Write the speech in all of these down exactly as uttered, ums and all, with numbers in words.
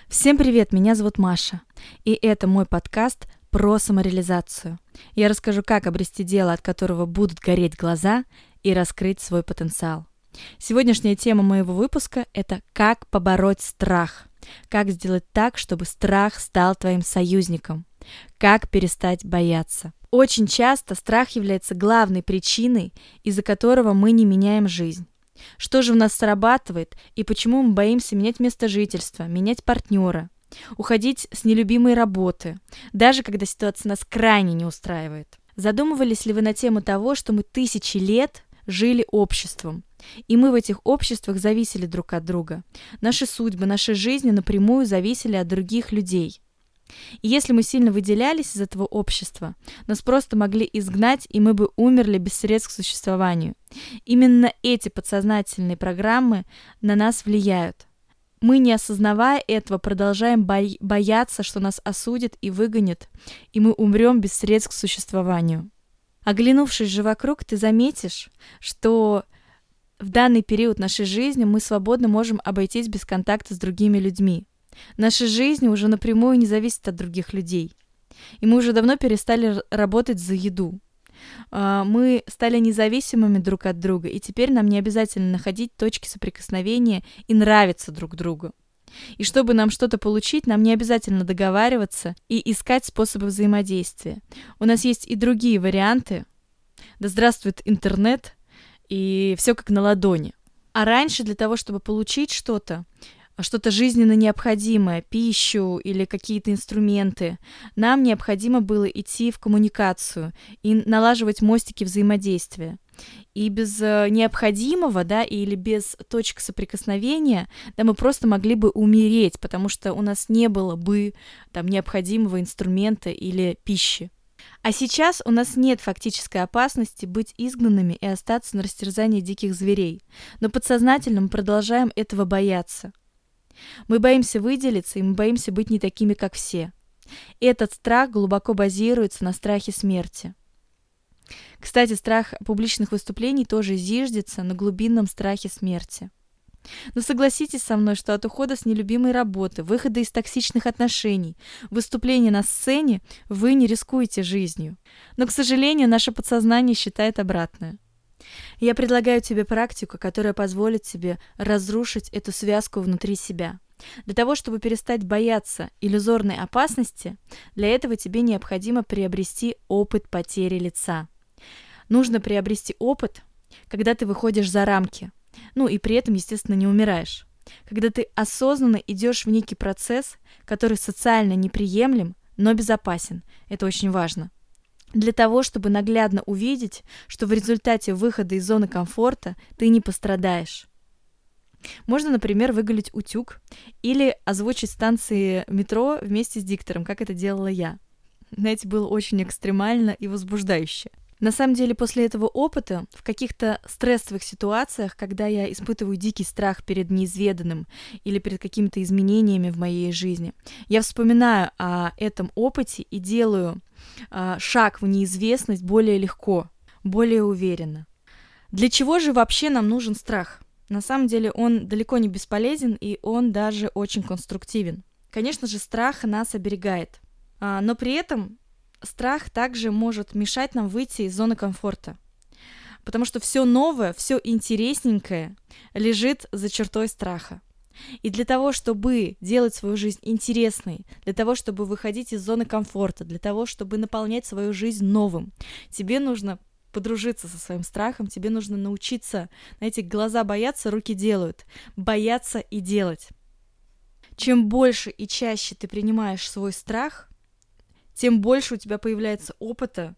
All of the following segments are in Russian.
Всем привет, меня зовут Маша, и это мой подкаст про самореализацию. Я расскажу, как обрести дело, от которого будут гореть глаза, и раскрыть свой потенциал. Сегодняшняя тема моего выпуска – это как побороть страх. Как сделать так, чтобы страх стал твоим союзником. Как перестать бояться. Очень часто страх является главной причиной, из-за которого мы не меняем жизнь. Что же в нас срабатывает и почему мы боимся менять место жительства, менять партнера, уходить с нелюбимой работы, даже когда ситуация нас крайне не устраивает? Задумывались ли вы на тему того, что мы тысячи лет жили обществом, и мы в этих обществах зависели друг от друга? Наши судьбы, наши жизни напрямую зависели от других людей. И если мы сильно выделялись из этого общества, нас просто могли изгнать, и мы бы умерли без средств к существованию. Именно эти подсознательные программы на нас влияют. Мы, не осознавая этого, продолжаем бо- бояться, что нас осудят и выгонят, и мы умрем без средств к существованию. Оглянувшись же вокруг, ты заметишь, что в данный период нашей жизни мы свободно можем обойтись без контакта с другими людьми. Наша жизнь уже напрямую не зависит от других людей. И мы уже давно перестали работать за еду. Мы стали независимыми друг от друга, и теперь нам не обязательно находить точки соприкосновения и нравиться друг другу. И чтобы нам что-то получить, нам не обязательно договариваться и искать способы взаимодействия. У нас есть и другие варианты. Да здравствует интернет, и все как на ладони. А раньше для того, чтобы получить что-то, что-то жизненно необходимое, пищу или какие-то инструменты, нам необходимо было идти в коммуникацию и налаживать мостики взаимодействия. И без необходимого, да, или без точек соприкосновения, да, мы просто могли бы умереть, потому что у нас не было бы там необходимого инструмента или пищи. А сейчас у нас нет фактической опасности быть изгнанными и остаться на растерзании диких зверей, но подсознательно мы продолжаем этого бояться. Мы боимся выделиться, и мы боимся быть не такими, как все. Этот страх глубоко базируется на страхе смерти. Кстати, страх публичных выступлений тоже зиждется на глубинном страхе смерти. Но согласитесь со мной, что от ухода с нелюбимой работы, выхода из токсичных отношений, выступления на сцене вы не рискуете жизнью. Но, к сожалению, наше подсознание считает обратное. Я предлагаю тебе практику, которая позволит тебе разрушить эту связку внутри себя. Для того, чтобы перестать бояться иллюзорной опасности, для этого тебе необходимо приобрести опыт потери лица. Нужно приобрести опыт, когда ты выходишь за рамки, ну и при этом, естественно, не умираешь. Когда ты осознанно идешь в некий процесс, который социально неприемлем, но безопасен. Это очень важно. Для того, чтобы наглядно увидеть, что в результате выхода из зоны комфорта ты не пострадаешь. Можно, например, выголить утюг или озвучить станции метро вместе с диктором, как это делала я. Знаете, было очень экстремально и возбуждающе. На самом деле, после этого опыта, в каких-то стрессовых ситуациях, когда я испытываю дикий страх перед неизведанным или перед какими-то изменениями в моей жизни, я вспоминаю о этом опыте и делаю э, шаг в неизвестность более легко, более уверенно. Для чего же вообще нам нужен страх? На самом деле он далеко не бесполезен, и он даже очень конструктивен. Конечно же, страх нас оберегает, э, но при этом страх также может мешать нам выйти из зоны комфорта, потому что все новое, все интересненькое лежит за чертой страха. И для того, чтобы делать свою жизнь интересной, для того, чтобы выходить из зоны комфорта, для того, чтобы наполнять свою жизнь новым, тебе нужно подружиться со своим страхом, тебе нужно научиться, знаете, глаза боятся, руки делают, бояться и делать. Чем больше и чаще ты принимаешь свой страх, тем больше у тебя появляется опыта,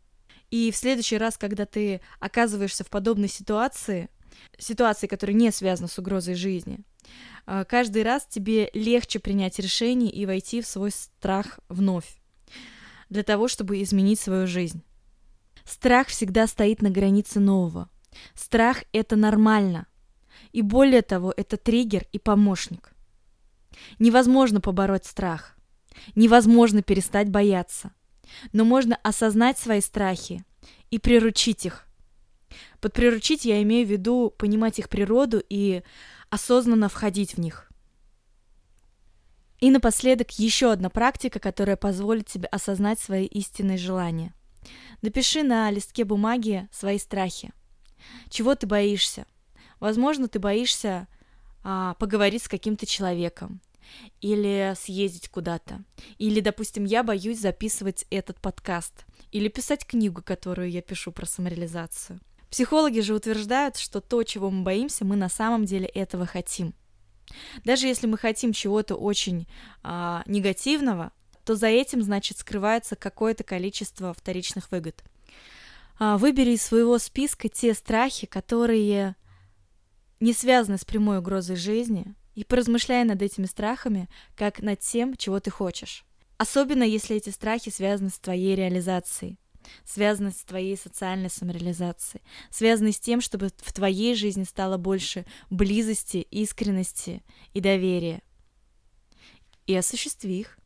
и в следующий раз, когда ты оказываешься в подобной ситуации, ситуации, которая не связана с угрозой жизни, каждый раз тебе легче принять решение и войти в свой страх вновь, для того, чтобы изменить свою жизнь. Страх всегда стоит на границе нового. Страх – это нормально. И более того, это триггер и помощник. Невозможно побороть страх. Невозможно перестать бояться, но можно осознать свои страхи и приручить их. Под приручить я имею в виду понимать их природу и осознанно входить в них. И напоследок еще одна практика, которая позволит тебе осознать свои истинные желания. Напиши на листке бумаги свои страхи. Чего ты боишься? Возможно, ты боишься а, поговорить с каким-то человеком или съездить куда-то. Или, допустим, я боюсь записывать этот подкаст или писать книгу, которую я пишу про самореализацию. Психологи же утверждают, что то, чего мы боимся, мы на самом деле этого хотим. Даже если мы хотим чего-то очень а, негативного, то за этим, значит, скрывается какое-то количество вторичных выгод. А, выбери из своего списка те страхи, которые не связаны с прямой угрозой жизни, и поразмышляй над этими страхами, как над тем, чего ты хочешь. Особенно, если эти страхи связаны с твоей реализацией, связаны с твоей социальной самореализацией, связаны с тем, чтобы в твоей жизни стало больше близости, искренности и доверия. И осуществи их.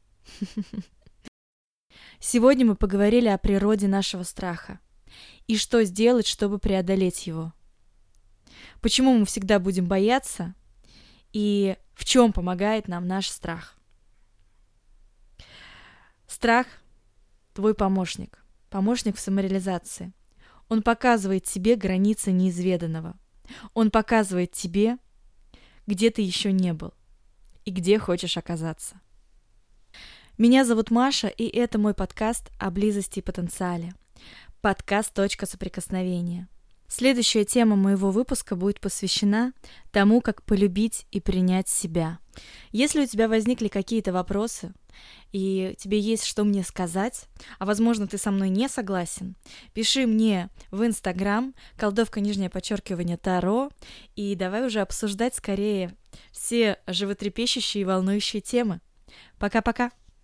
Сегодня мы поговорили о природе нашего страха и что сделать, чтобы преодолеть его. Почему мы всегда будем бояться и в чем помогает нам наш страх. Страх – твой помощник. Помощник в самореализации. Он показывает тебе границы неизведанного. Он показывает тебе, где ты еще не был и где хочешь оказаться. Меня зовут Маша, и это мой подкаст о близости и потенциале. Подкаст «Точка соприкосновения». Следующая тема моего выпуска будет посвящена тому, как полюбить и принять себя. Если у тебя возникли какие-то вопросы, и тебе есть что мне сказать, а возможно ты со мной не согласен, пиши мне в Инстаграм колдовка нижнее подчеркивание Таро, и давай уже обсуждать скорее все животрепещущие и волнующие темы. Пока-пока!